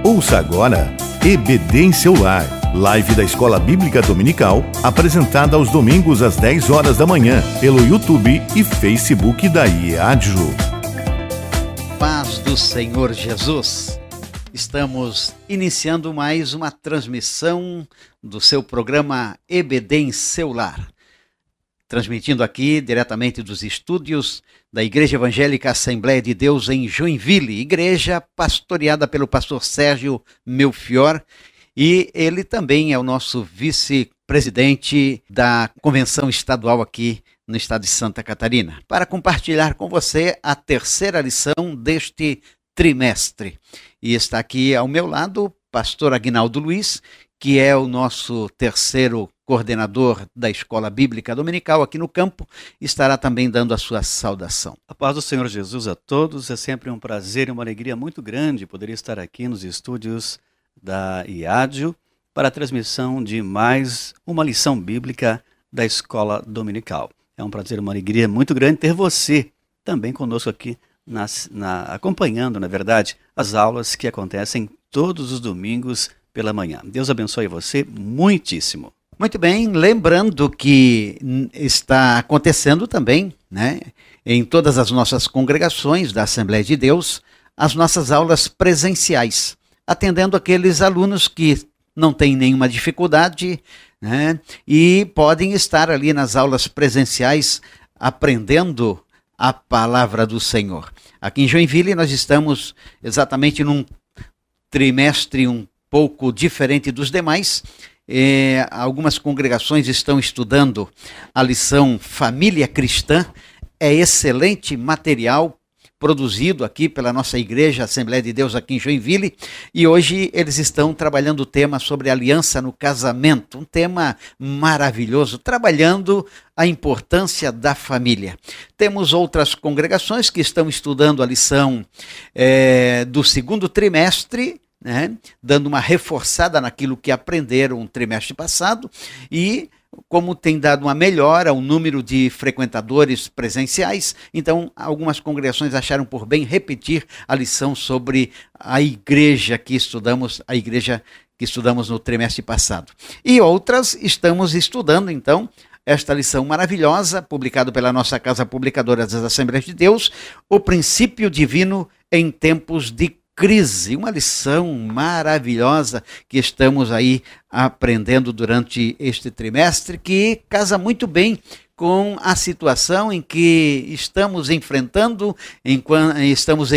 Ouça agora EBD em seu lar, live da Escola Bíblica Dominical, apresentada aos domingos às 10 horas da manhã, pelo YouTube e Facebook da IEADJU. Paz do Senhor Jesus. Estamos iniciando mais uma transmissão do seu programa EBD em seu lar. Transmitindo aqui diretamente dos estúdios da Igreja Evangélica Assembleia de Deus em Joinville, igreja pastoreada pelo pastor Sérgio Melfior, e ele também é o nosso vice-presidente da convenção estadual aqui no estado de Santa Catarina, para compartilhar com você a terceira lição deste trimestre. E está aqui ao meu lado o pastor Aguinaldo Luiz, que é o nosso terceiro coordenador da Escola Bíblica Dominical aqui no campo, estará também dando a sua saudação. A paz do Senhor Jesus a todos, é sempre um prazer e uma alegria muito grande poder estar aqui nos estúdios da IEADJU para a transmissão de mais uma lição bíblica da Escola Dominical. É um prazer e uma alegria muito grande ter você também conosco aqui, acompanhando, na verdade, as aulas que acontecem todos os domingos pela manhã. Deus abençoe você muitíssimo. Muito bem, lembrando que está acontecendo também, em todas as nossas congregações da Assembleia de Deus, as nossas aulas presenciais, atendendo aqueles alunos que não têm nenhuma dificuldade, e podem estar ali nas aulas presenciais aprendendo a palavra do Senhor. Aqui em Joinville nós estamos exatamente num trimestre um pouco diferente dos demais. Algumas congregações estão estudando a lição Família Cristã. É excelente material produzido aqui pela nossa igreja Assembleia de Deus aqui em Joinville, e hoje eles estão trabalhando o tema sobre aliança no casamento, um tema maravilhoso, trabalhando a importância da família. Temos outras congregações que estão estudando a lição do segundo trimestre, dando uma reforçada naquilo que aprenderam no trimestre passado, e como tem dado uma melhora ao número de frequentadores presenciais, então algumas congregações acharam por bem repetir a lição sobre a igreja que estudamos no trimestre passado. E outras estamos estudando então esta lição maravilhosa, publicada pela nossa Casa Publicadora das Assembleias de Deus, O Princípio Divino em Tempos de Crise, uma lição maravilhosa que estamos aí aprendendo durante este trimestre, que casa muito bem com a situação em que estamos enfrentando, estamos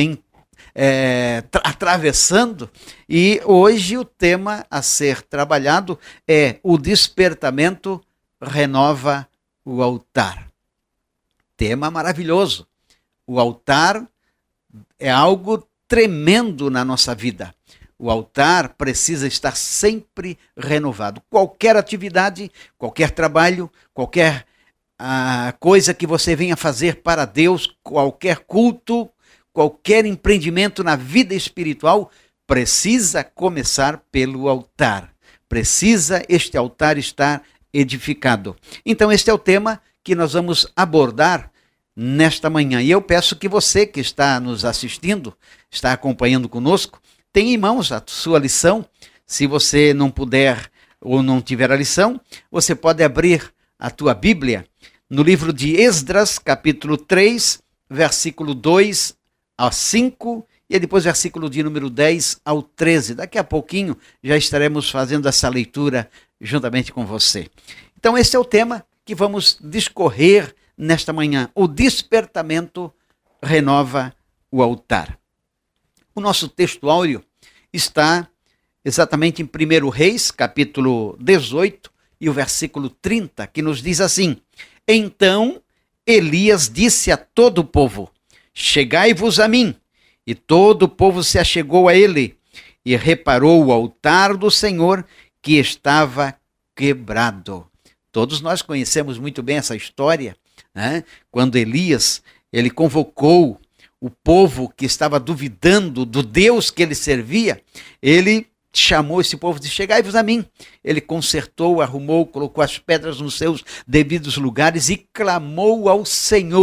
atravessando, e hoje o tema a ser trabalhado é o despertamento renova o altar. Tema maravilhoso. O altar é algo tremendo na nossa vida. O altar precisa estar sempre renovado. Qualquer atividade, qualquer trabalho, qualquer coisa que você venha fazer para Deus, qualquer culto, qualquer empreendimento na vida espiritual, precisa começar pelo altar. Precisa este altar estar edificado. Então este é o tema que nós vamos abordar nesta manhã. E eu peço que você que está nos assistindo, está acompanhando conosco, tenha em mãos a sua lição. Se você não puder ou não tiver a lição, você pode abrir a tua Bíblia no livro de Esdras, capítulo 3, versículo 2 a 5, e depois versículo de número 10 ao 13. Daqui a pouquinho já estaremos fazendo essa leitura juntamente com você. Então esse é o tema que vamos discorrer nesta manhã. O despertamento renova o altar. O nosso texto áureo está exatamente em 1 Reis, capítulo 18, e o versículo 30, que nos diz assim: Então Elias disse a todo o povo: Chegai-vos a mim. E todo o povo se achegou a ele, e reparou o altar do Senhor que estava quebrado. Todos nós conhecemos muito bem essa história, quando Elias, ele convocou o povo que estava duvidando do Deus que ele servia, ele chamou esse povo de chegai-vos a mim. Ele consertou, arrumou, colocou as pedras nos seus devidos lugares e clamou ao Senhor.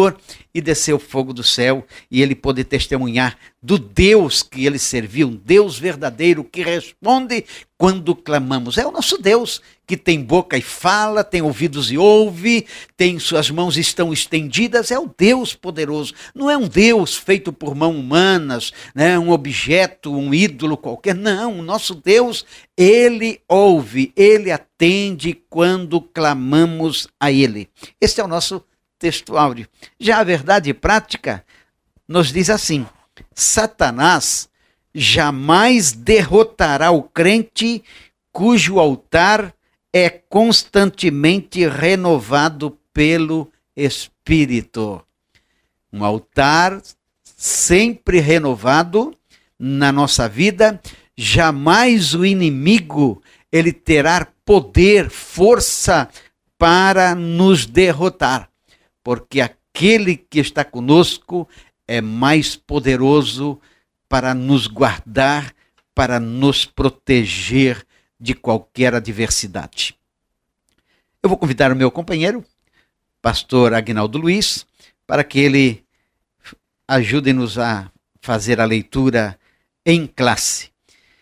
e desceu fogo do céu, e ele pôde testemunhar do Deus que ele servia, um Deus verdadeiro que responde quando clamamos. É o nosso Deus que tem boca e fala, tem ouvidos e ouve, tem suas mãos estão estendidas, é o Deus poderoso. Não é um Deus feito por mãos humanas, né? Um objeto, um ídolo qualquer. Não, o nosso Deus, ele ouve, ele atende quando clamamos a ele. Esse é o nosso texto áureo. Já a verdade prática nos diz assim: Satanás jamais derrotará o crente cujo altar é constantemente renovado pelo Espírito. Um altar sempre renovado na nossa vida, jamais o inimigo ele terá poder, força para nos derrotar, porque aquele que está conosco é mais poderoso para nos guardar, para nos proteger de qualquer adversidade. Eu vou convidar o meu companheiro, pastor Aguinaldo Luiz, para que ele ajude-nos a fazer a leitura em classe.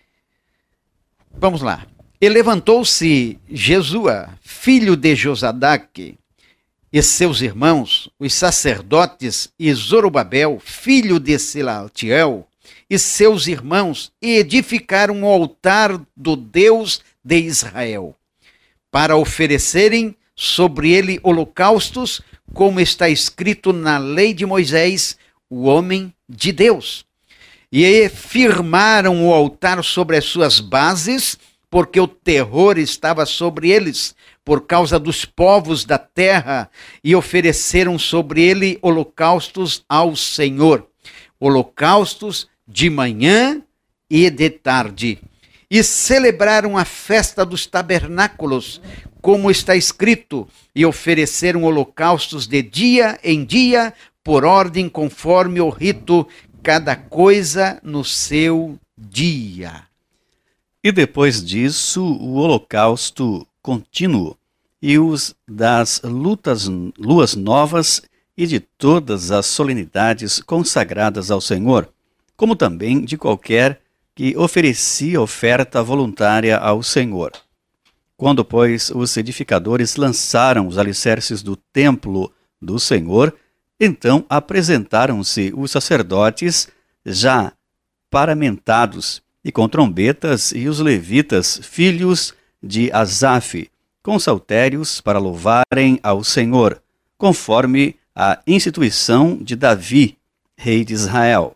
Vamos lá. E levantou-se Jesua, filho de Josadaque, e seus irmãos, os sacerdotes, e Zorobabel, filho de Sealtiel, e seus irmãos, e edificaram o altar do Deus de Israel, para oferecerem sobre ele holocaustos, como está escrito na lei de Moisés, o homem de Deus. E firmaram o altar sobre as suas bases, porque o terror estava sobre eles, por causa dos povos da terra, e ofereceram sobre ele holocaustos ao Senhor, holocaustos de manhã e de tarde. E celebraram a festa dos tabernáculos, como está escrito, e ofereceram holocaustos de dia em dia, por ordem conforme o rito, cada coisa no seu dia. E depois disso, o holocausto contínuo e os das luas novas e de todas as solenidades consagradas ao Senhor, como também de qualquer que oferecia oferta voluntária ao Senhor. Quando, pois, os edificadores lançaram os alicerces do templo do Senhor, então apresentaram-se os sacerdotes já paramentados e com trombetas, e os levitas, filhos de Asaf, com saltérios para louvarem ao Senhor, conforme a instituição de Davi, rei de Israel.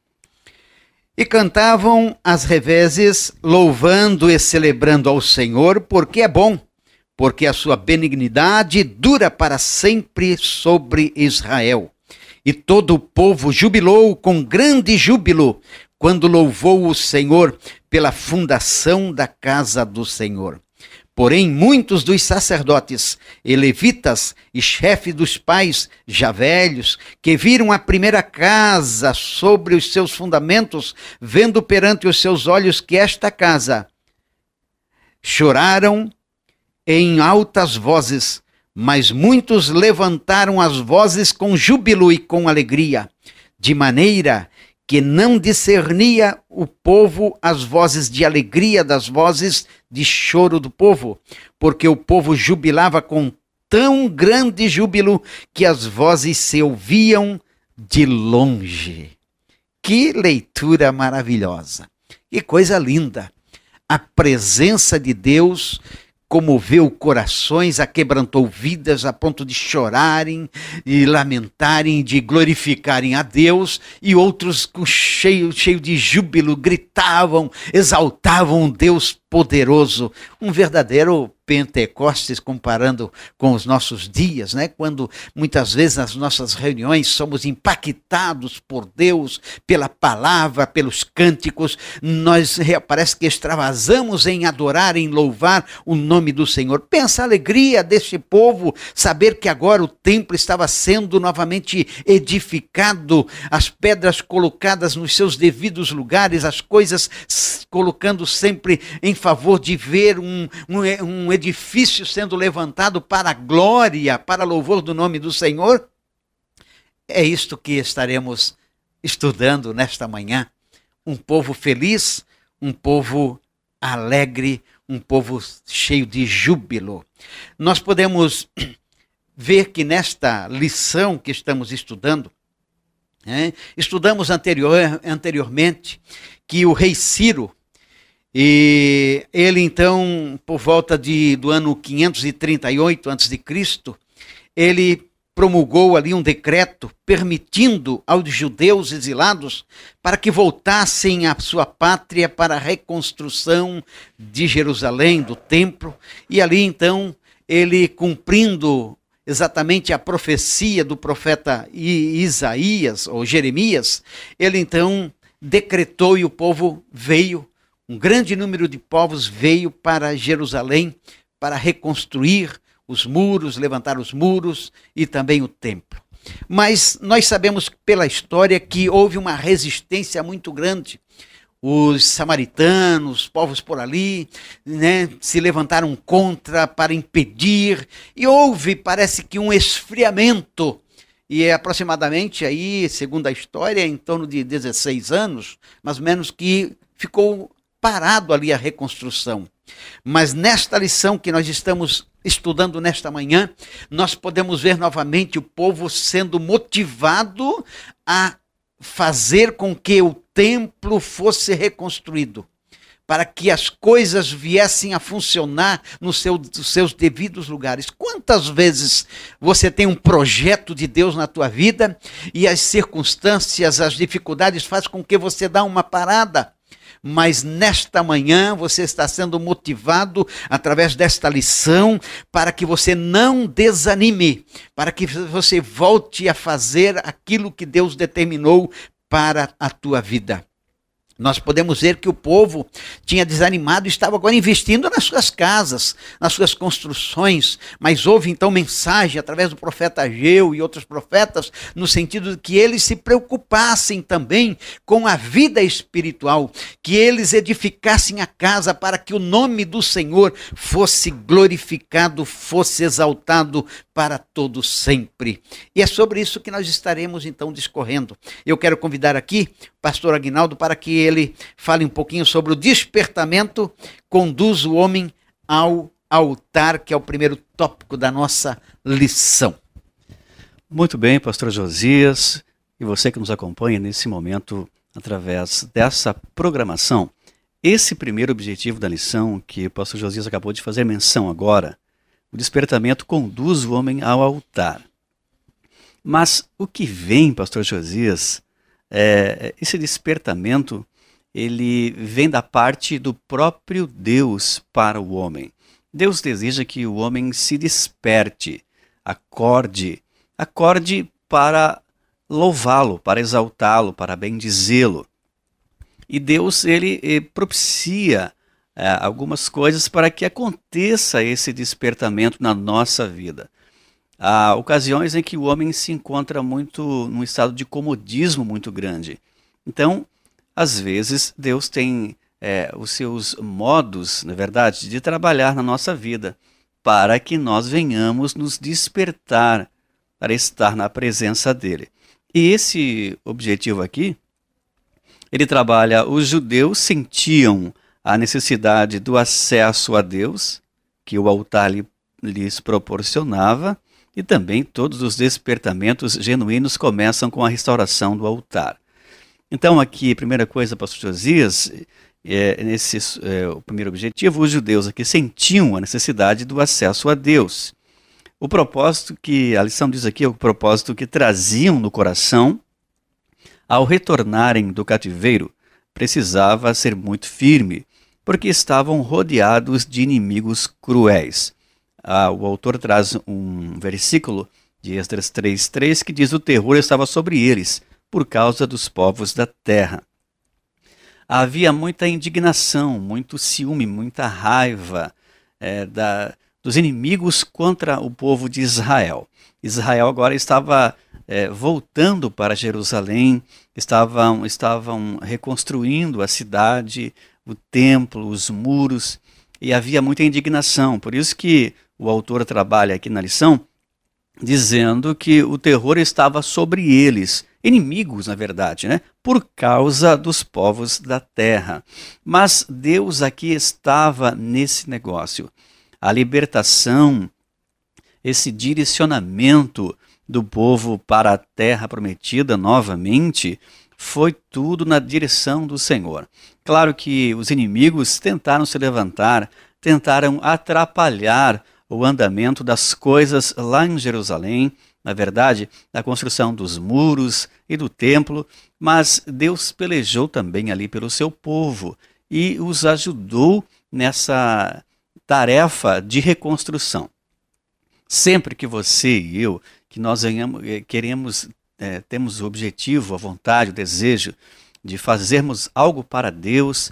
E cantavam às revezes, louvando e celebrando ao Senhor, porque é bom, porque a sua benignidade dura para sempre sobre Israel. E todo o povo jubilou com grande júbilo, quando louvou o Senhor pela fundação da casa do Senhor. Porém, muitos dos sacerdotes e levitas e chefes dos pais, já velhos, que viram a primeira casa sobre os seus fundamentos, vendo perante os seus olhos que esta casa, choraram em altas vozes, mas muitos levantaram as vozes com júbilo e com alegria, de maneira que não discernia o povo as vozes de alegria das vozes de choro do povo, porque o povo jubilava com tão grande júbilo que as vozes se ouviam de longe. Que leitura maravilhosa! Que coisa linda! A presença de Deus comoveu corações, aquebrantou vidas a ponto de chorarem, de lamentarem, de glorificarem a Deus, e outros cheio de júbilo gritavam, exaltavam um Deus poderoso, um verdadeiro Pentecostes, comparando com os nossos dias, né? Quando muitas vezes nas nossas reuniões somos impactados por Deus, pela palavra, pelos cânticos, nós parece que extravasamos em adorar, em louvar o nome do Senhor. Pensa a alegria deste povo, saber que agora o templo estava sendo novamente edificado, as pedras colocadas nos seus devidos lugares, as coisas colocando sempre em favor de ver um edifício sendo levantado para a glória, para louvor do nome do Senhor. É isto que estaremos estudando nesta manhã. Um povo feliz, um povo alegre, um povo cheio de júbilo. Nós podemos ver que nesta lição que estamos estudando, estudamos anteriormente que o rei Ciro, e ele então, por volta do ano 538 a.C., ele promulgou ali um decreto permitindo aos judeus exilados para que voltassem à sua pátria para a reconstrução de Jerusalém, do templo, e ali então ele, cumprindo exatamente a profecia do profeta Isaías ou Jeremias, ele então decretou e o povo veio, um grande número de povos veio para Jerusalém para reconstruir os muros, levantar os muros e também o templo. Mas nós sabemos pela história que houve uma resistência muito grande. Os samaritanos, povos por ali, se levantaram contra para impedir, e houve, parece que, um esfriamento. E é aproximadamente aí, segundo a história, em torno de 16 anos, mais ou menos, que ficou parado ali a reconstrução. Mas nesta lição que nós estamos estudando nesta manhã, nós podemos ver novamente o povo sendo motivado a fazer com que o templo fosse reconstruído, para que as coisas viessem a funcionar nos seus devidos lugares. Quantas vezes você tem um projeto de Deus na tua vida e as circunstâncias, as dificuldades fazem com que você dê uma parada? Mas nesta manhã você está sendo motivado através desta lição para que você não desanime, para que você volte a fazer aquilo que Deus determinou para a tua vida. Nós podemos ver que o povo tinha desanimado e estava agora investindo nas suas casas, nas suas construções, mas houve então mensagem através do profeta Ageu e outros profetas, no sentido de que eles se preocupassem também com a vida espiritual, que eles edificassem a casa para que o nome do Senhor fosse glorificado, fosse exaltado para todo sempre. E é sobre isso que nós estaremos então discorrendo. Eu quero convidar aqui o pastor Aguinaldo para que ele fale um pouquinho sobre o despertamento conduz o homem ao altar, que é o primeiro tópico da nossa lição. Muito bem, pastor Josias, e você que nos acompanha nesse momento através dessa programação. Esse primeiro objetivo da lição que o pastor Josias acabou de fazer menção agora, o despertamento conduz o homem ao altar. Mas o que vem, pastor Josias, esse despertamento, ele vem da parte do próprio Deus para o homem. Deus deseja que o homem se desperte, acorde para louvá-lo, para exaltá-lo, para bendizê-lo. E Deus, ele propicia algumas coisas para que aconteça esse despertamento na nossa vida. Há ocasiões em que o homem se encontra muito num estado de comodismo muito grande. Então, às vezes, Deus tem os seus modos, na verdade, de trabalhar na nossa vida, para que nós venhamos nos despertar para estar na presença dele. E esse objetivo aqui, ele trabalha, os judeus sentiam a necessidade do acesso a Deus, que o altar lhes proporcionava, e também todos os despertamentos genuínos começam com a restauração do altar. Então aqui, primeira coisa, pastor Josias, o primeiro objetivo, os judeus aqui sentiam a necessidade do acesso a Deus. O propósito que, a lição diz aqui, é o propósito que traziam no coração ao retornarem do cativeiro, precisava ser muito firme, porque estavam rodeados de inimigos cruéis. O autor traz um versículo de Esdras 3:3 que diz: o terror estava sobre eles, por causa dos povos da terra. Havia muita indignação, muito ciúme, muita raiva dos inimigos contra o povo de Israel. Israel agora estava voltando para Jerusalém, estavam reconstruindo a cidade, o templo, os muros, e havia muita indignação. Por isso que o autor trabalha aqui na lição dizendo que o terror estava sobre eles, inimigos, na verdade, né? Por causa dos povos da terra. Mas Deus aqui estava nesse negócio. A libertação, esse direcionamento do povo para a terra prometida novamente, foi tudo na direção do Senhor. Claro que os inimigos tentaram se levantar, tentaram atrapalhar o andamento das coisas lá em Jerusalém, na verdade, da construção dos muros e do templo, mas Deus pelejou também ali pelo seu povo e os ajudou nessa tarefa de reconstrução. Sempre que você e eu, que nós temos o objetivo, a vontade, o desejo de fazermos algo para Deus,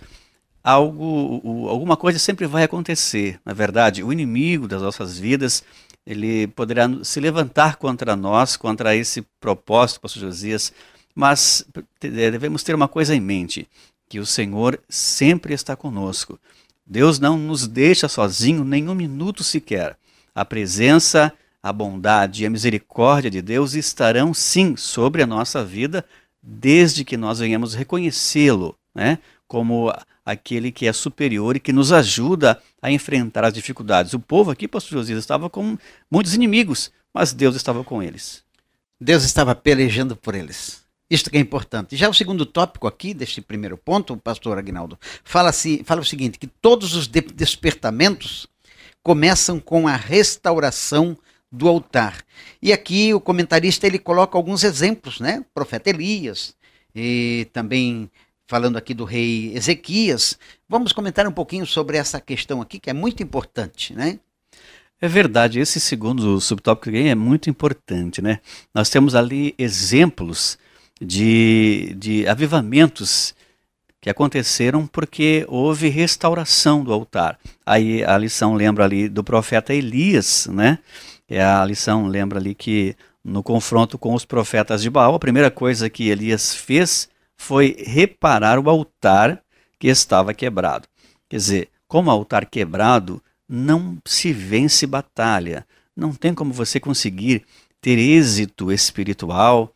alguma coisa sempre vai acontecer. Na verdade, o inimigo das nossas vidas, ele poderá se levantar contra nós, contra esse propósito, pastor Josias, mas devemos ter uma coisa em mente, que o Senhor sempre está conosco. Deus não nos deixa sozinho nem um minuto sequer. A presença, a bondade e a misericórdia de Deus estarão sim sobre a nossa vida, desde que nós venhamos reconhecê-lo, né, como aquele que é superior e que nos ajuda a enfrentar as dificuldades. O povo aqui, pastor Josias, estava com muitos inimigos, mas Deus estava com eles. Deus estava pelejando por eles. Isto que é importante. Já o segundo tópico aqui, deste primeiro ponto, o pastor Aguinaldo, fala o seguinte, que todos os despertamentos começam com a restauração do altar. E aqui o comentarista ele coloca alguns exemplos, né? O profeta Elias, e também falando aqui do rei Ezequias. Vamos comentar um pouquinho sobre essa questão aqui, que é muito importante, né? É verdade, esse segundo subtópico é muito importante, né? Nós temos ali exemplos de avivamentos que aconteceram porque houve restauração do altar. Aí a lição lembra ali do profeta Elias, né? A lição lembra ali que no confronto com os profetas de Baal, a primeira coisa que Elias fez foi reparar o altar que estava quebrado. Quer dizer, como altar quebrado, não se vence batalha. Não tem como você conseguir ter êxito espiritual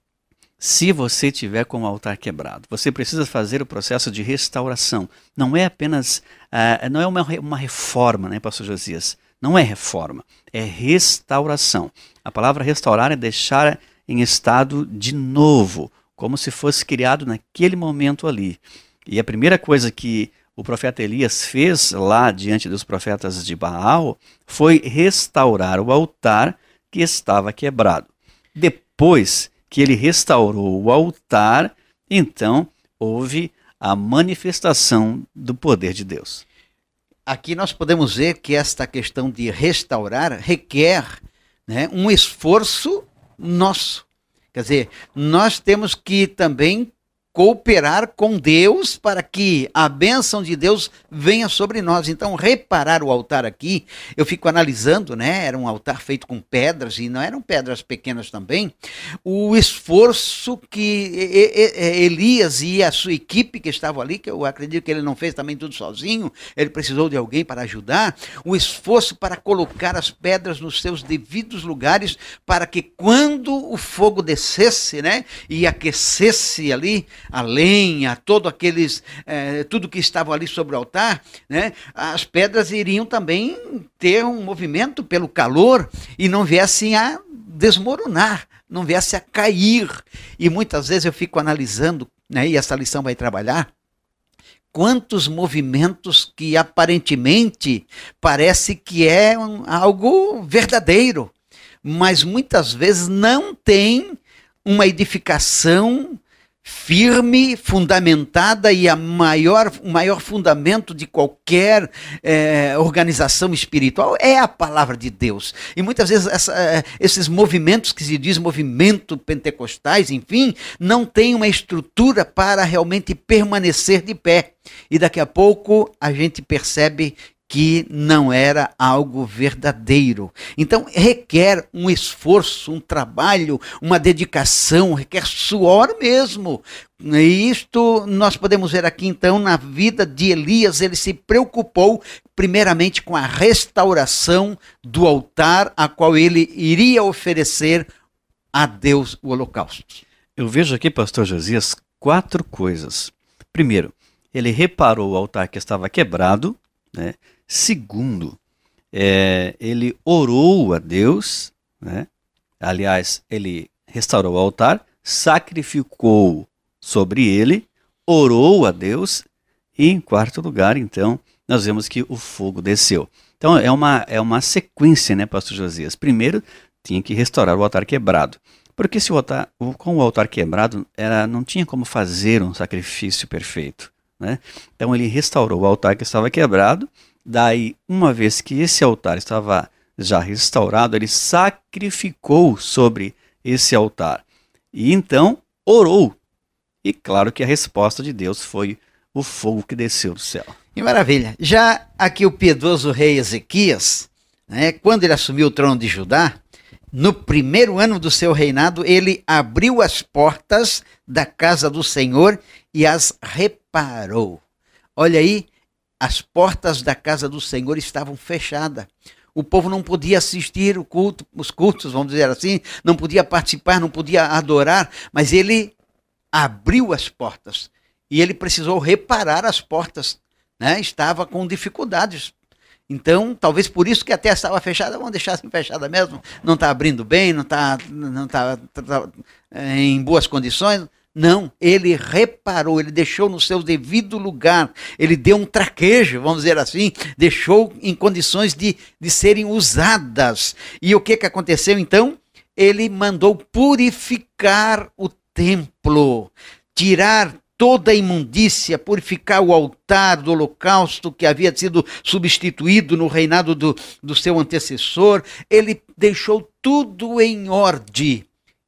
se você tiver com o altar quebrado. Você precisa fazer o processo de restauração. Não é apenas, não é uma reforma, né, pastor Josias? Não é reforma, é restauração. A palavra restaurar é deixar em estado de novo, como se fosse criado naquele momento ali. E a primeira coisa que o profeta Elias fez lá diante dos profetas de Baal foi restaurar o altar que estava quebrado. Depois que ele restaurou o altar, então houve a manifestação do poder de Deus. Aqui nós podemos ver que esta questão de restaurar requer, né, um esforço nosso. Quer dizer, nós temos que também cooperar com Deus para que a bênção de Deus venha sobre nós. Então, reparar o altar aqui, eu fico analisando, né? Era um altar feito com pedras, e não eram pedras pequenas também. O esforço que Elias e a sua equipe que estavam ali, que eu acredito que ele não fez também tudo sozinho, ele precisou de alguém para ajudar, o esforço para colocar as pedras nos seus devidos lugares, para que quando o fogo descesse, né? E aquecesse ali a lenha, tudo que estava ali sobre o altar, né, as pedras iriam também ter um movimento pelo calor e não viessem a desmoronar, não viessem a cair. E muitas vezes eu fico analisando, né, e essa lição vai trabalhar, quantos movimentos que aparentemente parece que é algo verdadeiro, mas muitas vezes não tem uma edificação firme, fundamentada, e o maior fundamento de qualquer organização espiritual é a palavra de Deus. E muitas vezes esses movimentos que se diz movimento pentecostais, enfim, não tem uma estrutura para realmente permanecer de pé. E daqui a pouco a gente percebe que não era algo verdadeiro. Então requer um esforço, um trabalho, uma dedicação, requer suor mesmo. E isto nós podemos ver aqui então na vida de Elias. Ele se preocupou primeiramente com a restauração do altar a qual ele iria oferecer a Deus o holocausto. Eu vejo aqui, pastor Josias, 4 coisas. Primeiro, ele reparou o altar que estava quebrado, né? Segundo, ele orou a Deus, né? Aliás, ele restaurou o altar, sacrificou sobre ele, orou a Deus e, em quarto lugar, então, nós vemos que o fogo desceu. Então, é uma sequência, né, pastor Josias? Primeiro, tinha que restaurar o altar quebrado. Porque com o altar quebrado, não tinha como fazer um sacrifício perfeito, né? Então, ele restaurou o altar que estava quebrado. Daí, uma vez que esse altar estava já restaurado, ele sacrificou sobre esse altar. E então, orou. E claro que a resposta de Deus foi o fogo que desceu do céu. Que maravilha. Já aqui o piedoso rei Ezequias, né, quando ele assumiu o trono de Judá, no primeiro ano do seu reinado, ele abriu as portas da casa do Senhor e as reparou. Olha aí, as portas da casa do Senhor estavam fechadas. O povo não podia assistir os cultos, vamos dizer assim, não podia participar, não podia adorar, mas ele abriu as portas e ele precisou reparar as portas, né? Estava com dificuldades. Então, talvez por isso que até estava fechada, vamos deixar assim fechada mesmo, não está abrindo bem, não está em boas condições. Não, ele reparou, ele deixou no seu devido lugar, ele deu um traquejo, vamos dizer assim, deixou em condições de serem usadas. E o que aconteceu então? Ele mandou purificar o templo, tirar toda a imundícia, purificar o altar do holocausto que havia sido substituído no reinado do seu antecessor. Ele deixou tudo em ordem,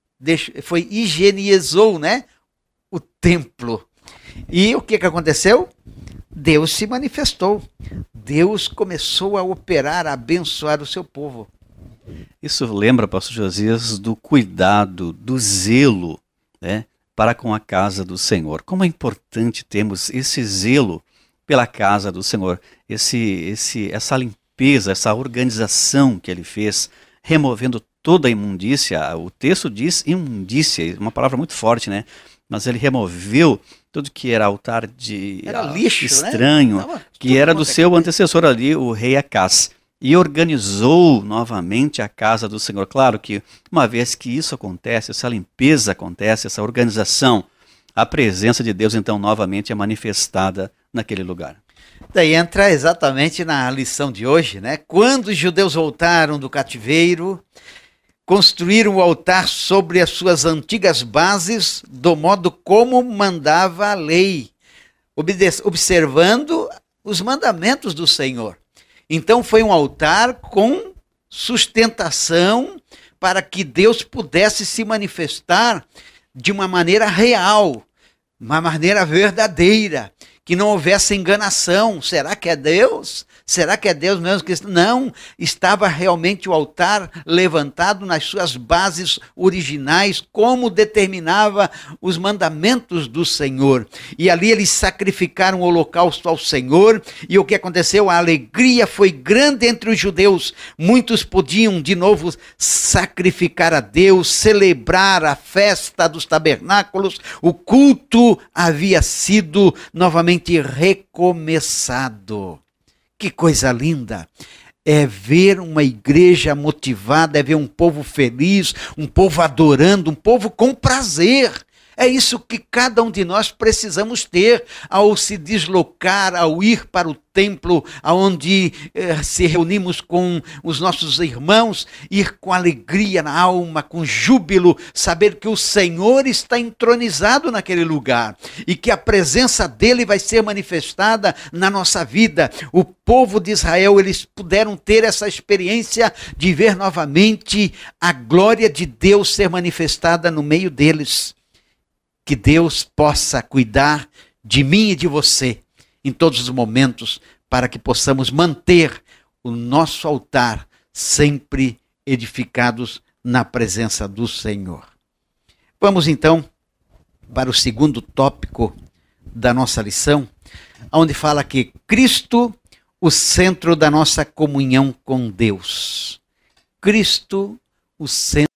higienizou, né, o templo. E o que aconteceu? Deus se manifestou. Deus começou a operar, a abençoar o seu povo. Isso lembra, pastor Josias, do cuidado, do zelo, né, para com a casa do Senhor. Como é importante termos esse zelo pela casa do Senhor, essa limpeza, essa organização que ele fez, removendo toda a imundícia. O texto diz imundícia, uma palavra muito forte, né? Mas ele removeu tudo que era altar de lixo, estranho, né? que era do seu antecessor ali, o rei Acás. E organizou novamente a casa do Senhor. Claro que uma vez que isso acontece, essa limpeza acontece, essa organização, a presença de Deus então novamente é manifestada naquele lugar. Daí entra exatamente na lição de hoje, né? Quando os judeus voltaram do cativeiro, construíram o altar sobre as suas antigas bases, do modo como mandava a lei, observando os mandamentos do Senhor. Então foi um altar com sustentação para que Deus pudesse se manifestar de uma maneira real, uma maneira verdadeira, que não houvesse enganação. Será que é Deus? Será que é Deus mesmo que não? Estava realmente o altar levantado nas suas bases originais, como determinava os mandamentos do Senhor. E ali eles sacrificaram o holocausto ao Senhor. E o que aconteceu? A alegria foi grande entre os judeus. Muitos podiam de novo sacrificar a Deus, celebrar a festa dos tabernáculos. O culto havia sido novamente recomeçado. Que coisa linda! É ver uma igreja motivada, é ver um povo feliz, um povo adorando, um povo com prazer. É isso que cada um de nós precisamos ter ao se deslocar, ao ir para o templo, aonde se reunimos com os nossos irmãos, ir com alegria na alma, com júbilo, saber que o Senhor está entronizado naquele lugar e que a presença dele vai ser manifestada na nossa vida. O povo de Israel, eles puderam ter essa experiência de ver novamente a glória de Deus ser manifestada no meio deles. Que Deus possa cuidar de mim e de você em todos os momentos, para que possamos manter o nosso altar sempre edificados na presença do Senhor. Vamos então para o segundo tópico da nossa lição, onde fala que Cristo, o centro da nossa comunhão com Deus. Cristo, o centro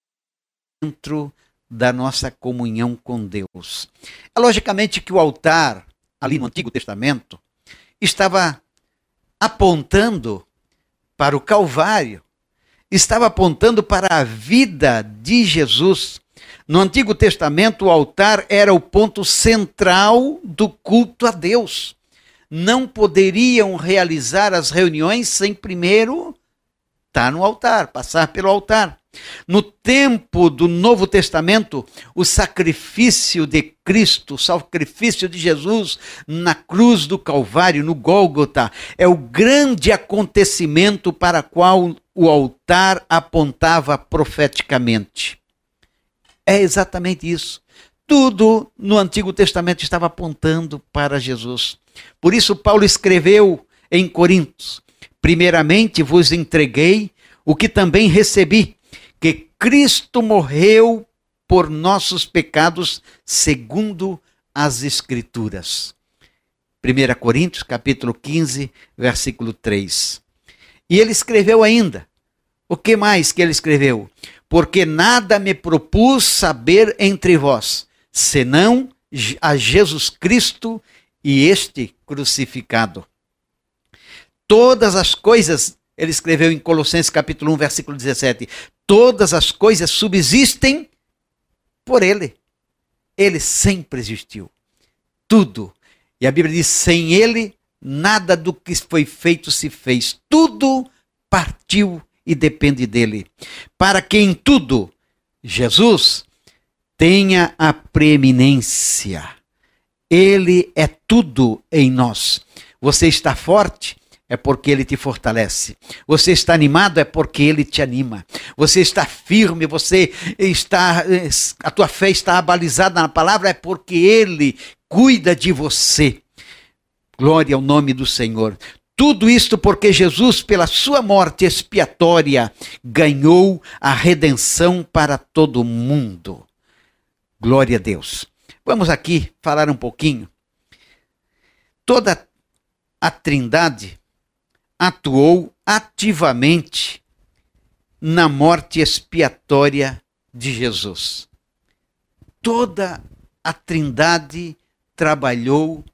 da nossa comunhão com Deus. É logicamente que o altar, ali no Antigo Testamento, estava apontando para o Calvário, estava apontando para a vida de Jesus. No Antigo Testamento, o altar era o ponto central do culto a Deus. Não poderiam realizar as reuniões sem primeiro estar no altar, passar pelo altar. No tempo do Novo Testamento, o sacrifício de Cristo, o sacrifício de Jesus na cruz do Calvário, no Gólgota, é o grande acontecimento para o qual o altar apontava profeticamente. É exatamente isso. Tudo no Antigo Testamento estava apontando para Jesus. Por isso Paulo escreveu em Coríntios: primeiramente vos entreguei o que também recebi, que Cristo morreu por nossos pecados segundo as Escrituras. 1 Coríntios, capítulo 15, versículo 3. E ele escreveu ainda, o que mais que ele escreveu? Porque nada me propus saber entre vós, senão a Jesus Cristo e este crucificado. Todas as coisas, ele escreveu em Colossenses capítulo 1, versículo 17, todas as coisas subsistem por ele. Ele sempre existiu. Tudo. E a Bíblia diz, sem ele, nada do que foi feito se fez. Tudo partiu e depende dele. Para que em tudo, Jesus tenha a preeminência. Ele é tudo em nós. Você está forte? É porque ele te fortalece. Você está animado? É porque ele te anima. Você está firme, a tua fé está abalizada na palavra, é porque ele cuida de você. Glória ao nome do Senhor. Tudo isto porque Jesus, pela sua morte expiatória, ganhou a redenção para todo mundo. Glória a Deus. Vamos aqui falar um pouquinho. Toda a Trindade atuou ativamente na morte expiatória de Jesus. Toda a Trindade trabalhou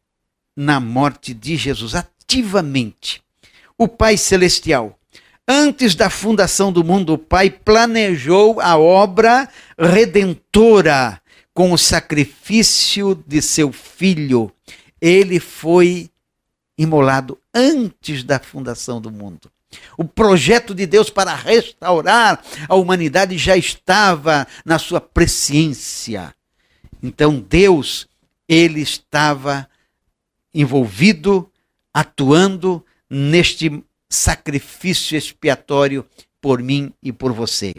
na morte de Jesus, ativamente. O Pai Celestial, antes da fundação do mundo, o Pai planejou a obra redentora com o sacrifício de seu Filho. Ele foi imolado antes da fundação do mundo. O projeto de Deus para restaurar a humanidade já estava na sua presciência. Então Deus, ele estava envolvido, atuando neste sacrifício expiatório por mim e por você.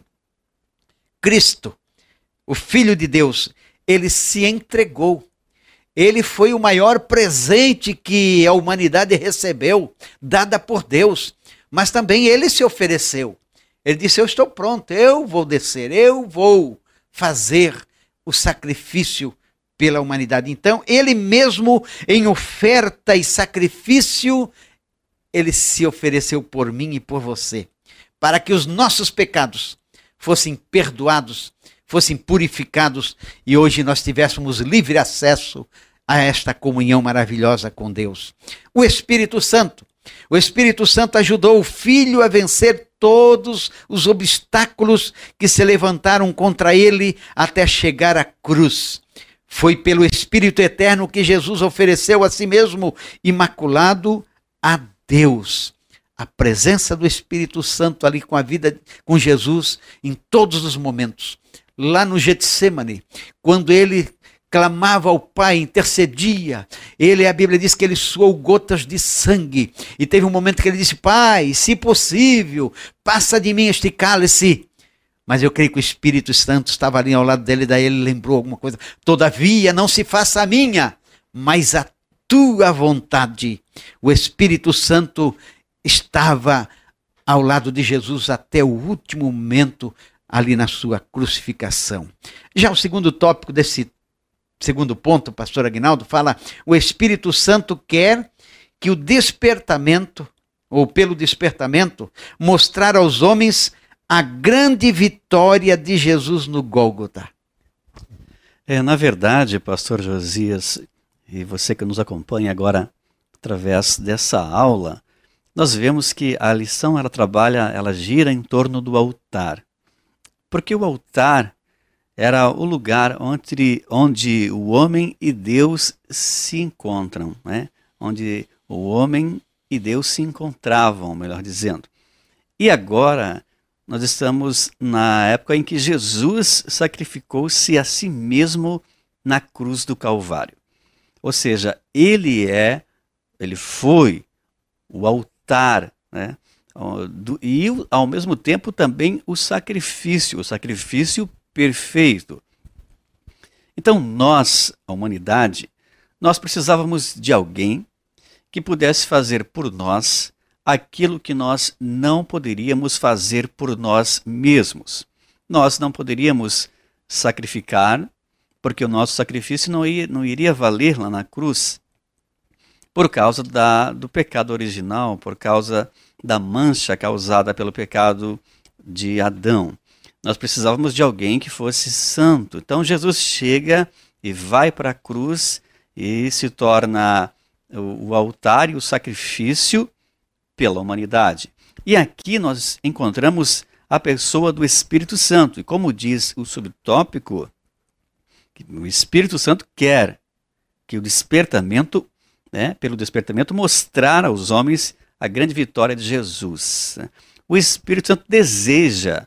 Cristo, o Filho de Deus, ele se entregou. Ele foi o maior presente que a humanidade recebeu, dada por Deus. Mas também ele se ofereceu. Ele disse, eu estou pronto, eu vou descer, eu vou fazer o sacrifício pela humanidade. Então, ele mesmo, em oferta e sacrifício, ele se ofereceu por mim e por você, para que os nossos pecados fossem perdoados, fossem purificados, e hoje nós tivéssemos livre acesso a esta comunhão maravilhosa com Deus. O Espírito Santo ajudou o Filho a vencer todos os obstáculos que se levantaram contra ele até chegar à cruz. Foi pelo Espírito Eterno que Jesus ofereceu a si mesmo imaculado a Deus. A presença do Espírito Santo ali com a vida, com Jesus, em todos os momentos. Lá no Getsêmani, quando ele clamava ao Pai, intercedia, a Bíblia diz que ele suou gotas de sangue, e teve um momento que ele disse, Pai, se possível, passa de mim este cálice, mas eu creio que o Espírito Santo estava ali ao lado dele, daí ele lembrou alguma coisa, todavia não se faça a minha, mas a tua vontade. O Espírito Santo estava ao lado de Jesus até o último momento, ali na sua crucificação. Já o segundo tópico desse segundo ponto, pastor Aguinaldo, fala: o Espírito Santo quer que o despertamento, ou pelo despertamento, mostrar aos homens a grande vitória de Jesus no Gólgota. Na verdade, pastor Josias, e você que nos acompanha agora através dessa aula, nós vemos que a lição ela gira em torno do altar. Porque o altar era o lugar onde o homem e Deus se encontram, né? Onde o homem e Deus se encontravam, melhor dizendo. E agora nós estamos na época em que Jesus sacrificou-se a si mesmo na cruz do Calvário. Ou seja, ele foi o altar, né? E ao mesmo tempo também o sacrifício perfeito. Então nós, a humanidade, nós precisávamos de alguém que pudesse fazer por nós aquilo que nós não poderíamos fazer por nós mesmos. Nós não poderíamos sacrificar, porque o nosso sacrifício não iria valer lá na cruz, por causa do pecado original, por causa da mancha causada pelo pecado de Adão. Nós precisávamos de alguém que fosse santo. Então Jesus chega e vai para a cruz e se torna o altar e o sacrifício pela humanidade. E aqui nós encontramos a pessoa do Espírito Santo. E como diz o subtópico, o Espírito Santo quer que o despertamento, pelo despertamento, mostrar aos homens a grande vitória de Jesus. O Espírito Santo deseja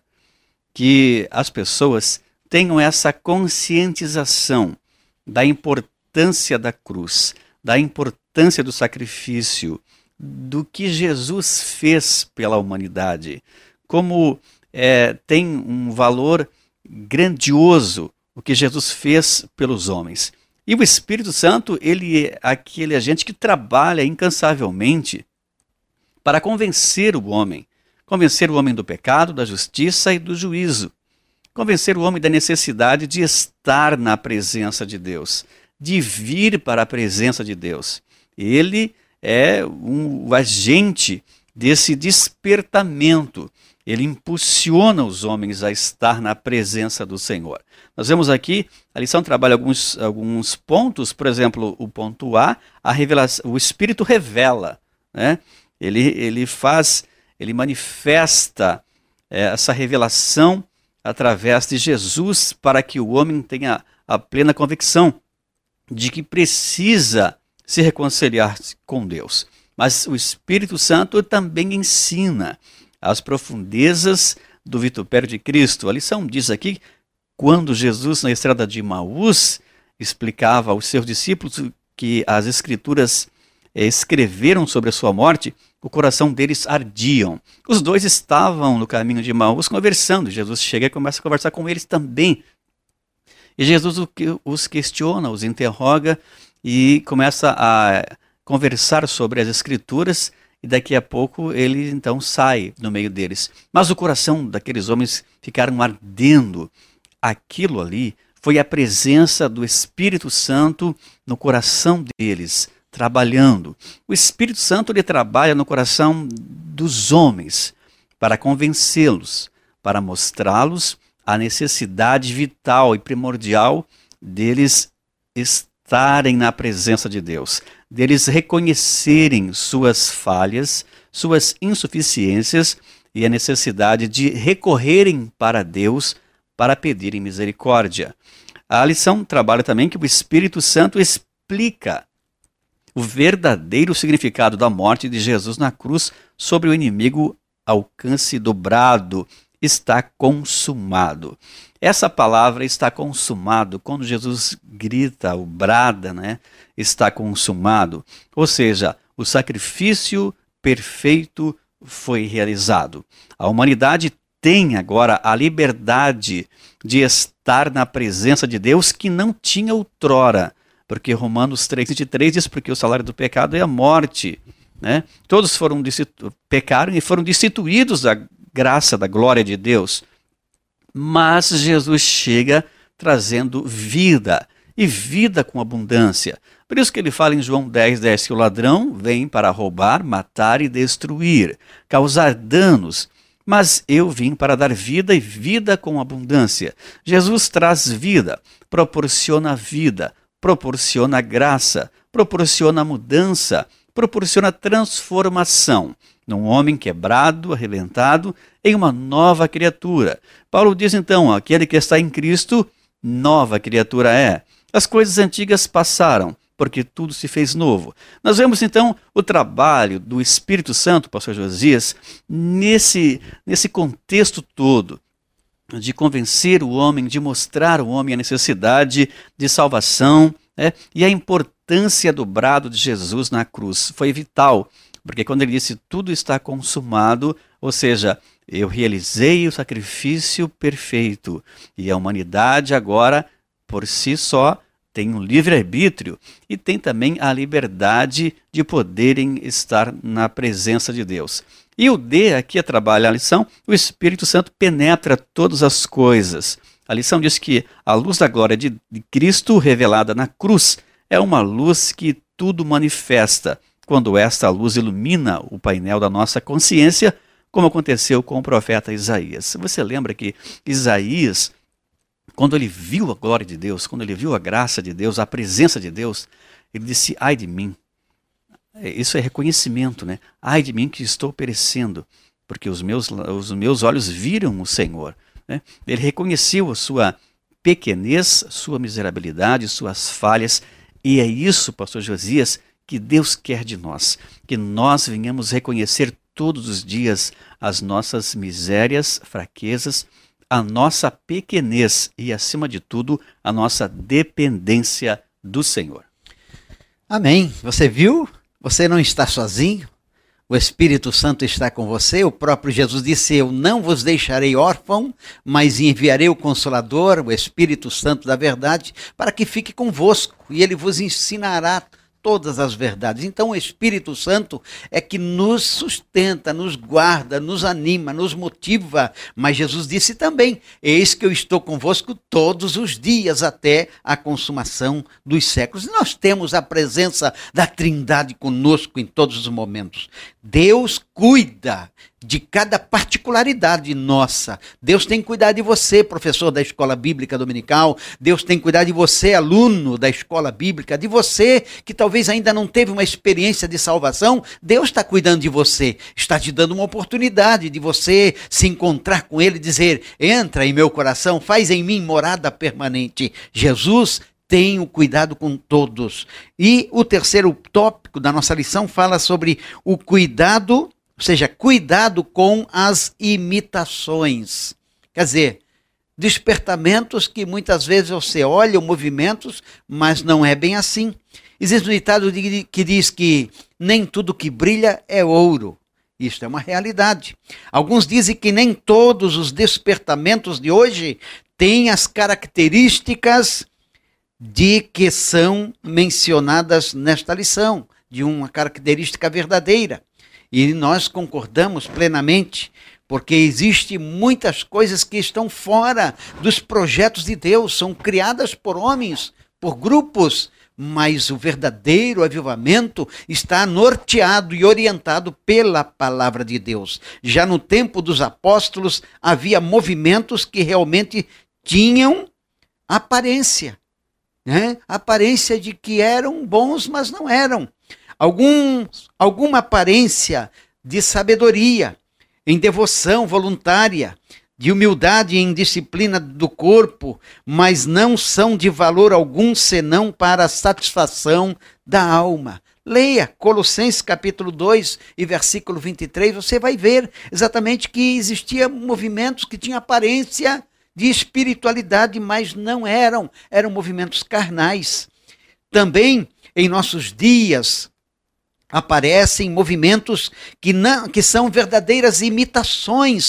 que as pessoas tenham essa conscientização da importância da cruz, da importância do sacrifício, do que Jesus fez pela humanidade. Como tem um valor grandioso o que Jesus fez pelos homens. E o Espírito Santo, ele é aquele agente que trabalha incansavelmente para convencer o homem do pecado, da justiça e do juízo. Convencer o homem da necessidade de estar na presença de Deus, de vir para a presença de Deus. Ele é o agente desse despertamento. Ele impulsiona os homens a estar na presença do Senhor. Nós vemos aqui, a lição trabalha alguns pontos, por exemplo, o ponto A, o Espírito revela, né? Ele manifesta essa revelação através de Jesus para que o homem tenha a plena convicção de que precisa se reconciliar com Deus. Mas o Espírito Santo também ensina as profundezas do vitupério de Cristo. A lição diz aqui, quando Jesus, na estrada de Emaús, explicava aos seus discípulos que as Escrituras escreveram sobre a sua morte, o coração deles ardiam. Os dois estavam no caminho de Emaús conversando. Jesus chega e começa a conversar com eles também. E Jesus os questiona, os interroga e começa a conversar sobre as Escrituras, e daqui a pouco ele então sai no meio deles. Mas o coração daqueles homens ficaram ardendo. Aquilo ali foi a presença do Espírito Santo no coração deles, trabalhando. O Espírito Santo, ele trabalha no coração dos homens para convencê-los, para mostrá-los a necessidade vital e primordial deles estarem na presença de Deus, deles reconhecerem suas falhas, suas insuficiências e a necessidade de recorrerem para Deus para pedirem misericórdia. A lição trabalha também que o Espírito Santo explica o verdadeiro significado da morte de Jesus na cruz sobre o inimigo, alcance dobrado, está consumado. Essa palavra está consumado, quando Jesus grita ou brada, está consumado. Ou seja, o sacrifício perfeito foi realizado. A humanidade tem agora a liberdade de estar na presença de Deus que não tinha outrora, porque Romanos 3:23 diz porque o salário do pecado é a morte, né? Todos pecaram e foram destituídos da graça, da glória de Deus. Mas Jesus chega trazendo vida, e vida com abundância. Por isso que ele fala em João 10:10 que o ladrão vem para roubar, matar e destruir, causar danos. Mas eu vim para dar vida e vida com abundância. Jesus traz vida, proporciona graça, proporciona mudança, proporciona transformação num homem quebrado, arrebentado, em uma nova criatura. Paulo diz então, aquele que está em Cristo, nova criatura é. As coisas antigas passaram, porque tudo se fez novo. Nós vemos então o trabalho do Espírito Santo, pastor Josias, nesse contexto todo, de convencer o homem, de mostrar ao homem a necessidade de salvação, e a importância do brado de Jesus na cruz. Foi vital, porque quando ele disse tudo está consumado, ou seja, eu realizei o sacrifício perfeito, e a humanidade agora, por si só, tem um livre-arbítrio e tem também a liberdade de poderem estar na presença de Deus. E o D aqui trabalha a lição, o Espírito Santo penetra todas as coisas. A lição diz que a luz da glória de Cristo revelada na cruz é uma luz que tudo manifesta, quando esta luz ilumina o painel da nossa consciência, como aconteceu com o profeta Isaías. Você lembra que Isaías, quando ele viu a glória de Deus, quando ele viu a graça de Deus, a presença de Deus, ele disse, ai de mim. Isso é reconhecimento, né? Ai de mim que estou perecendo, porque os meus olhos viram o Senhor. Né? Ele reconheceu a sua pequenez, sua miserabilidade, suas falhas, e é isso, pastor Josias, que Deus quer de nós, que nós venhamos reconhecer todos os dias as nossas misérias, fraquezas, a nossa pequenez e, acima de tudo, a nossa dependência do Senhor. Amém. Você viu? Você não está sozinho. O Espírito Santo está com você. O próprio Jesus disse, eu não vos deixarei órfão, mas enviarei o Consolador, o Espírito Santo da verdade, para que fique convosco e ele vos ensinará todas as verdades. Então o Espírito Santo é que nos sustenta, nos guarda, nos anima, nos motiva. Mas Jesus disse também, eis que eu estou convosco todos os dias até a consumação dos séculos. E nós temos a presença da Trindade conosco em todos os momentos. Deus cuida de cada particularidade nossa. Deus tem cuidado de você, professor da escola bíblica dominical. Deus tem cuidado de você, aluno da escola bíblica. De você que talvez ainda não teve uma experiência de salvação. Deus está cuidando de você. Está te dando uma oportunidade de você se encontrar com Ele e dizer, entra em meu coração, faz em mim morada permanente. Jesus tem o cuidado com todos. E o terceiro tópico da nossa lição fala sobre o cuidado, ou seja, cuidado com as imitações. Quer dizer, despertamentos que muitas vezes você olha, movimentos, mas não é bem assim. Existe um ditado que diz que nem tudo que brilha é ouro. Isto é uma realidade. Alguns dizem que nem todos os despertamentos de hoje têm as características de que são mencionadas nesta lição, de uma característica verdadeira. E nós concordamos plenamente, porque existem muitas coisas que estão fora dos projetos de Deus, são criadas por homens, por grupos, mas o verdadeiro avivamento está norteado e orientado pela palavra de Deus. Já no tempo dos apóstolos, havia movimentos que realmente tinham aparência, né? Aparência de que eram bons, mas não eram. Alguma aparência de sabedoria, em devoção voluntária, de humildade e em disciplina do corpo, mas não são de valor algum senão para a satisfação da alma. Leia Colossenses capítulo 2 e versículo 23, você vai ver exatamente que existiam movimentos que tinham aparência de espiritualidade, mas não eram movimentos carnais. Também em nossos dias aparecem movimentos que são verdadeiras imitações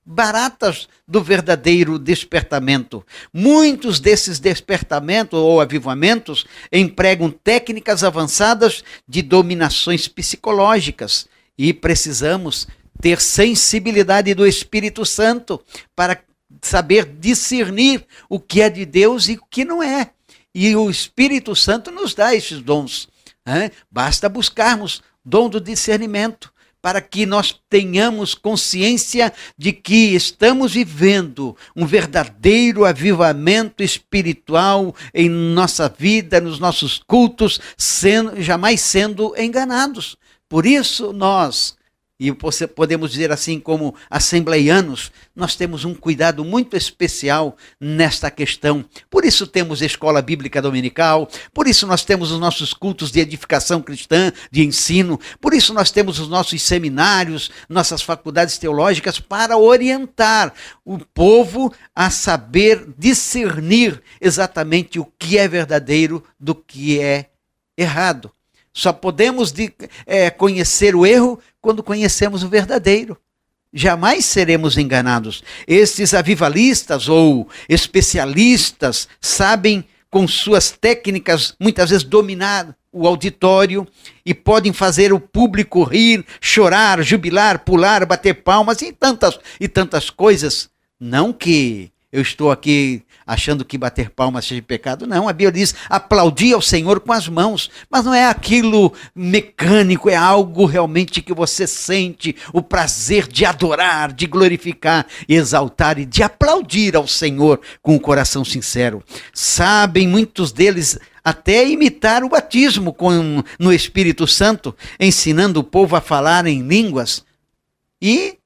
baratas do verdadeiro despertamento. Muitos desses despertamentos ou avivamentos empregam técnicas avançadas de dominações psicológicas e precisamos ter sensibilidade do Espírito Santo para saber discernir o que é de Deus e o que não é. E o Espírito Santo nos dá esses dons. Basta buscarmos dom do discernimento para que nós tenhamos consciência de que estamos vivendo um verdadeiro avivamento espiritual em nossa vida, nos nossos cultos, jamais sendo enganados. Por isso nós, e podemos dizer assim como assembleianos, nós temos um cuidado muito especial nesta questão. Por isso temos escola bíblica dominical, por isso nós temos os nossos cultos de edificação cristã, de ensino, por isso nós temos os nossos seminários, nossas faculdades teológicas para orientar o povo a saber discernir exatamente o que é verdadeiro do que é errado. Só podemos conhecer o erro quando conhecemos o verdadeiro. Jamais seremos enganados. Esses avivalistas ou especialistas sabem, com suas técnicas, muitas vezes dominar o auditório e podem fazer o público rir, chorar, jubilar, pular, bater palmas e tantas coisas. Não que eu estou aqui achando que bater palmas seja pecado. Não, a Bíblia diz aplaudir ao Senhor com as mãos. Mas não é aquilo mecânico, é algo realmente que você sente o prazer de adorar, de glorificar, exaltar e de aplaudir ao Senhor com o coração sincero. Sabem muitos deles até imitar o batismo no Espírito Santo, ensinando o povo a falar em línguas. E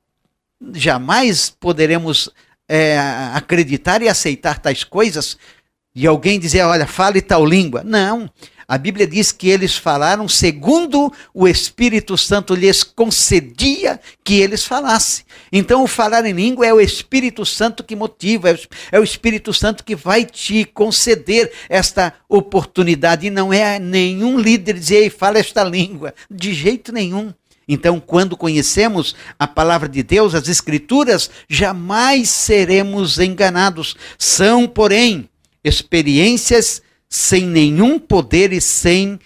jamais poderemos acreditar e aceitar tais coisas e alguém dizer, olha, fale tal língua. Não, a Bíblia diz que eles falaram segundo o Espírito Santo lhes concedia que eles falassem. Então o falar em língua é o Espírito Santo que motiva, é o Espírito Santo que vai te conceder esta oportunidade, e não é nenhum líder dizer, ei, fala esta língua, de jeito nenhum. Então, quando conhecemos a palavra de Deus, as Escrituras, jamais seremos enganados. São, porém, experiências sem nenhum poder e sem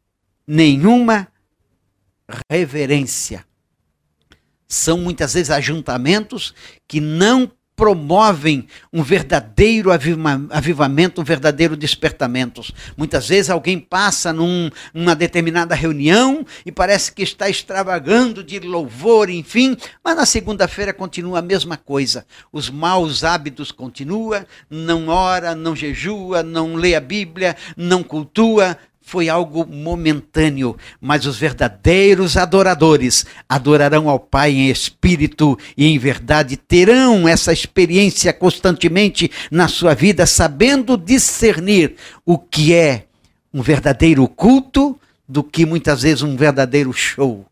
nenhuma reverência. São muitas vezes ajuntamentos que não promovem um verdadeiro avivamento, um verdadeiro despertamento. Muitas vezes alguém passa numa determinada reunião e parece que está extravagando de louvor, enfim, mas na segunda-feira continua a mesma coisa. Os maus hábitos continuam, não ora, não jejua, não lê a Bíblia, não cultua. Foi algo momentâneo, mas os verdadeiros adoradores adorarão ao Pai em espírito e em verdade, terão essa experiência constantemente na sua vida, sabendo discernir o que é um verdadeiro culto do que muitas vezes um verdadeiro show.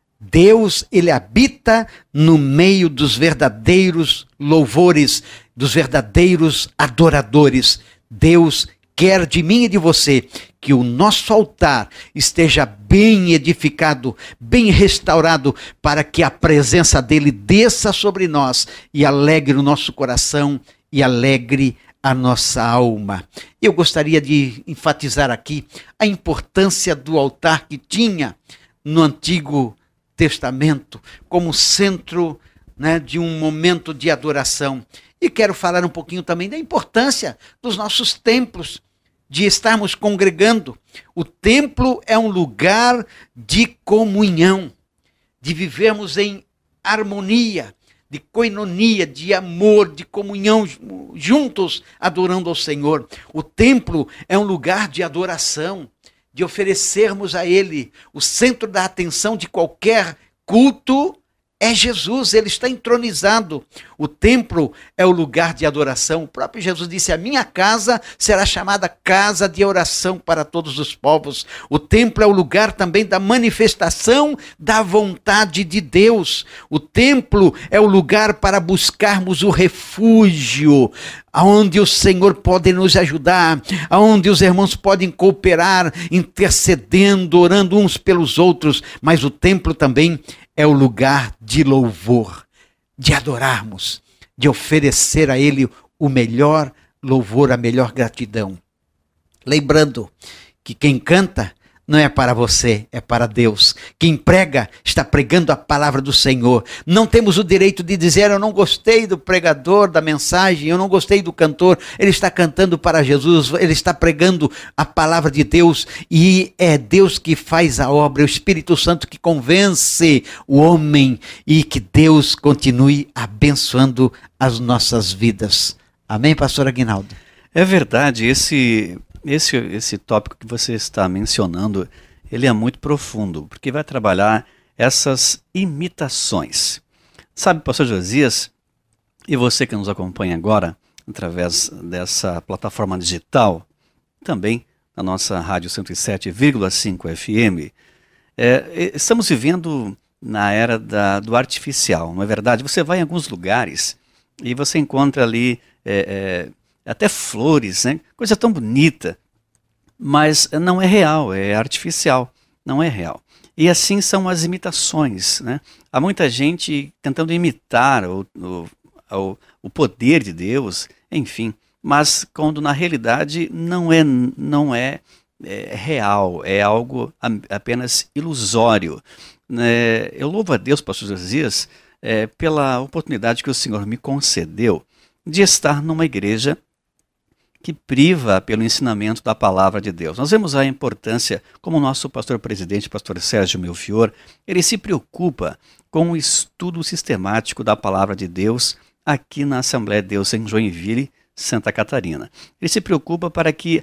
Deus, ele habita no meio dos verdadeiros louvores, dos verdadeiros adoradores. Deus quer de mim e de você que o nosso altar esteja bem edificado, bem restaurado, para que a presença dele desça sobre nós e alegre o nosso coração e alegre a nossa alma. Eu gostaria de enfatizar aqui a importância do altar que tinha no Antigo Testamento como centro, de um momento de adoração. E quero falar um pouquinho também da importância dos nossos templos, de estarmos congregando. O templo é um lugar de comunhão, de vivermos em harmonia, de coinonia, de amor, de comunhão juntos, adorando ao Senhor. O templo é um lugar de adoração, de oferecermos a Ele. O centro da atenção de qualquer culto é Jesus, ele está entronizado. O templo é o lugar de adoração. O próprio Jesus disse, a minha casa será chamada casa de oração para todos os povos. O templo é o lugar também da manifestação da vontade de Deus. O templo é o lugar para buscarmos o refúgio, aonde o Senhor pode nos ajudar, aonde os irmãos podem cooperar, intercedendo, orando uns pelos outros. Mas o templo também é o lugar de louvor. de adorarmos, de oferecer a Ele o melhor louvor, a melhor gratidão. Lembrando que quem canta não é para você, é para Deus. Quem prega está pregando a palavra do Senhor. Não temos o direito de dizer: eu não gostei do pregador, da mensagem, eu não gostei do cantor. Ele está cantando para Jesus, ele está pregando a palavra de Deus, e é Deus que faz a obra, é o Espírito Santo que convence o homem, e que Deus continue abençoando as nossas vidas. Amém, pastor Aguinaldo? É verdade, esse tópico que você está mencionando, ele é muito profundo, porque vai trabalhar essas imitações. Sabe, pastor Josias, e você que nos acompanha agora, através dessa plataforma digital, também na nossa rádio 107,5 FM, estamos vivendo na era do artificial, não é verdade? Você vai em alguns lugares e você encontra ali até flores, né? Coisa tão bonita, mas não é real, é artificial, não é real. E assim são as imitações, né? Há muita gente tentando imitar o poder de Deus, enfim, mas quando na realidade não é real, é algo apenas ilusório. Eu louvo a Deus, pastor Josias, pela oportunidade que o Senhor me concedeu de estar numa igreja que priva pelo ensinamento da palavra de Deus. Nós vemos a importância, como o nosso pastor-presidente, pastor Sérgio Melchior, ele se preocupa com o estudo sistemático da palavra de Deus aqui na Assembleia de Deus em Joinville, Santa Catarina. Ele se preocupa para que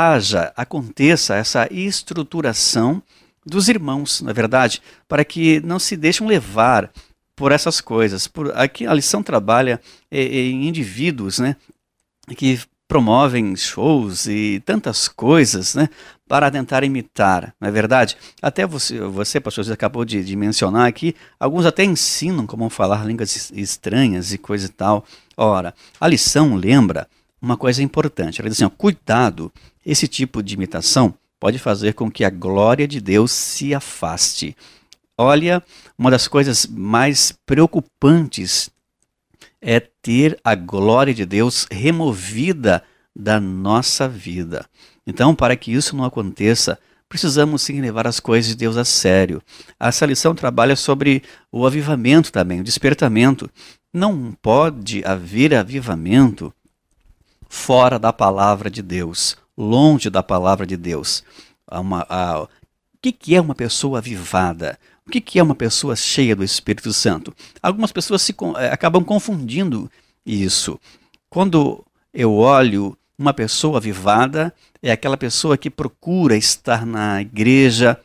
aconteça essa estruturação dos irmãos, na verdade, para que não se deixem levar por essas coisas. Aqui a lição trabalha em indivíduos, né, que promovem shows e tantas coisas, né, para tentar imitar, não é verdade? Até você pastor, você acabou de mencionar aqui, alguns até ensinam como falar línguas estranhas e coisa e tal. Ora, a lição lembra uma coisa importante, ela diz assim, cuidado, esse tipo de imitação pode fazer com que a glória de Deus se afaste. Olha, uma das coisas mais preocupantes é ter a glória de Deus removida da nossa vida. Então, para que isso não aconteça, precisamos sim levar as coisas de Deus a sério. Essa lição trabalha sobre o avivamento também, o despertamento. Não pode haver avivamento fora da palavra de Deus, longe da palavra de Deus. O que é uma pessoa avivada? O que é uma pessoa cheia do Espírito Santo? Algumas pessoas acabam confundindo isso. Quando eu olho uma pessoa avivada, é aquela pessoa que procura estar na igreja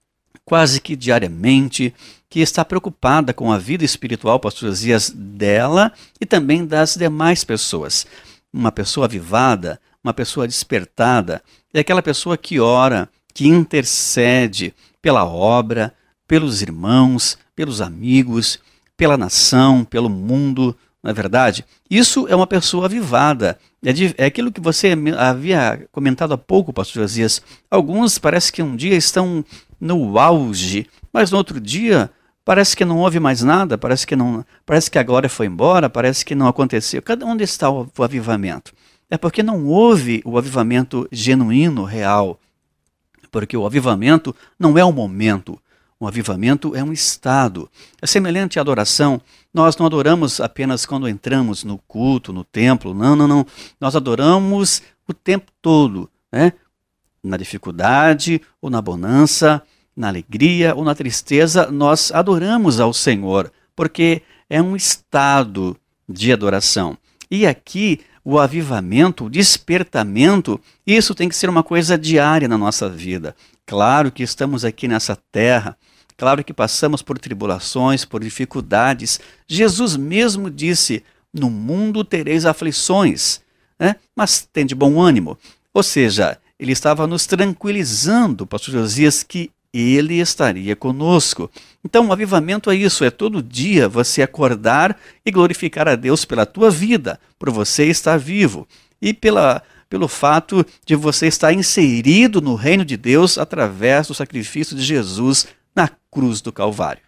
quase que diariamente, que está preocupada com a vida espiritual, pastor Josias, dela e também das demais pessoas. Uma pessoa avivada, uma pessoa despertada, é aquela pessoa que ora, que intercede pela obra, pelos irmãos, pelos amigos, pela nação, pelo mundo, não é verdade? Isso é uma pessoa avivada. É aquilo que você havia comentado há pouco, pastor Josias. Alguns parece que um dia estão no auge, mas no outro dia parece que não houve mais nada, parece que a glória foi embora, parece que não aconteceu. Onde está o avivamento? É porque não houve o avivamento genuíno, real. Porque o avivamento não é um momento. O avivamento é um estado. É semelhante à adoração. Nós não adoramos apenas quando entramos no culto, no templo. Não. Nós adoramos o tempo todo, né? Na dificuldade ou na bonança, na alegria ou na tristeza, nós adoramos ao Senhor, porque é um estado de adoração. E aqui, o avivamento, o despertamento, isso tem que ser uma coisa diária na nossa vida. Claro que estamos aqui nessa terra, claro que passamos por tribulações, por dificuldades. Jesus mesmo disse, no mundo tereis aflições, né? Mas tem de bom ânimo. Ou seja, ele estava nos tranquilizando, pastor Josias, que ele estaria conosco. Então o avivamento é isso, é todo dia você acordar e glorificar a Deus pela tua vida, por você estar vivo e pelo fato de você estar inserido no reino de Deus através do sacrifício de Jesus na cruz do Calvário.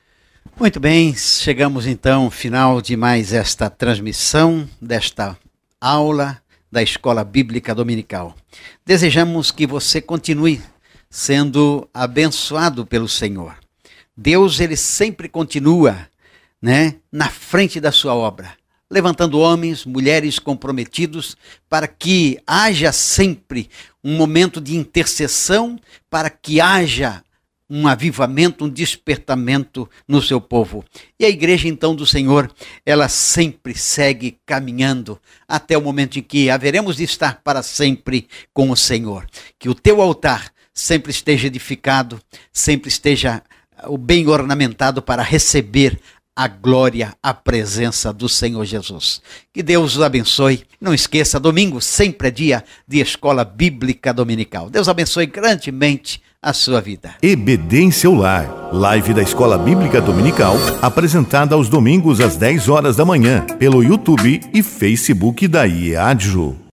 Muito bem, chegamos então ao final de mais esta transmissão, desta aula da Escola Bíblica Dominical. Desejamos que você continue sendo abençoado pelo Senhor. Deus, ele sempre continua, na frente da sua obra, levantando homens, mulheres comprometidos para que haja sempre um momento de intercessão, para que haja um avivamento, um despertamento no seu povo. E a igreja então do Senhor, ela sempre segue caminhando até o momento em que haveremos de estar para sempre com o Senhor. Que o teu altar sempre esteja edificado, sempre esteja bem ornamentado para receber a glória, a presença do Senhor Jesus. Que Deus os abençoe. Não esqueça, domingo sempre é dia de Escola Bíblica Dominical. Deus abençoe grandemente a sua vida. EBD em seu lar, live da Escola Bíblica Dominical, apresentada aos domingos às 10 horas da manhã, pelo YouTube e Facebook da IEADJU.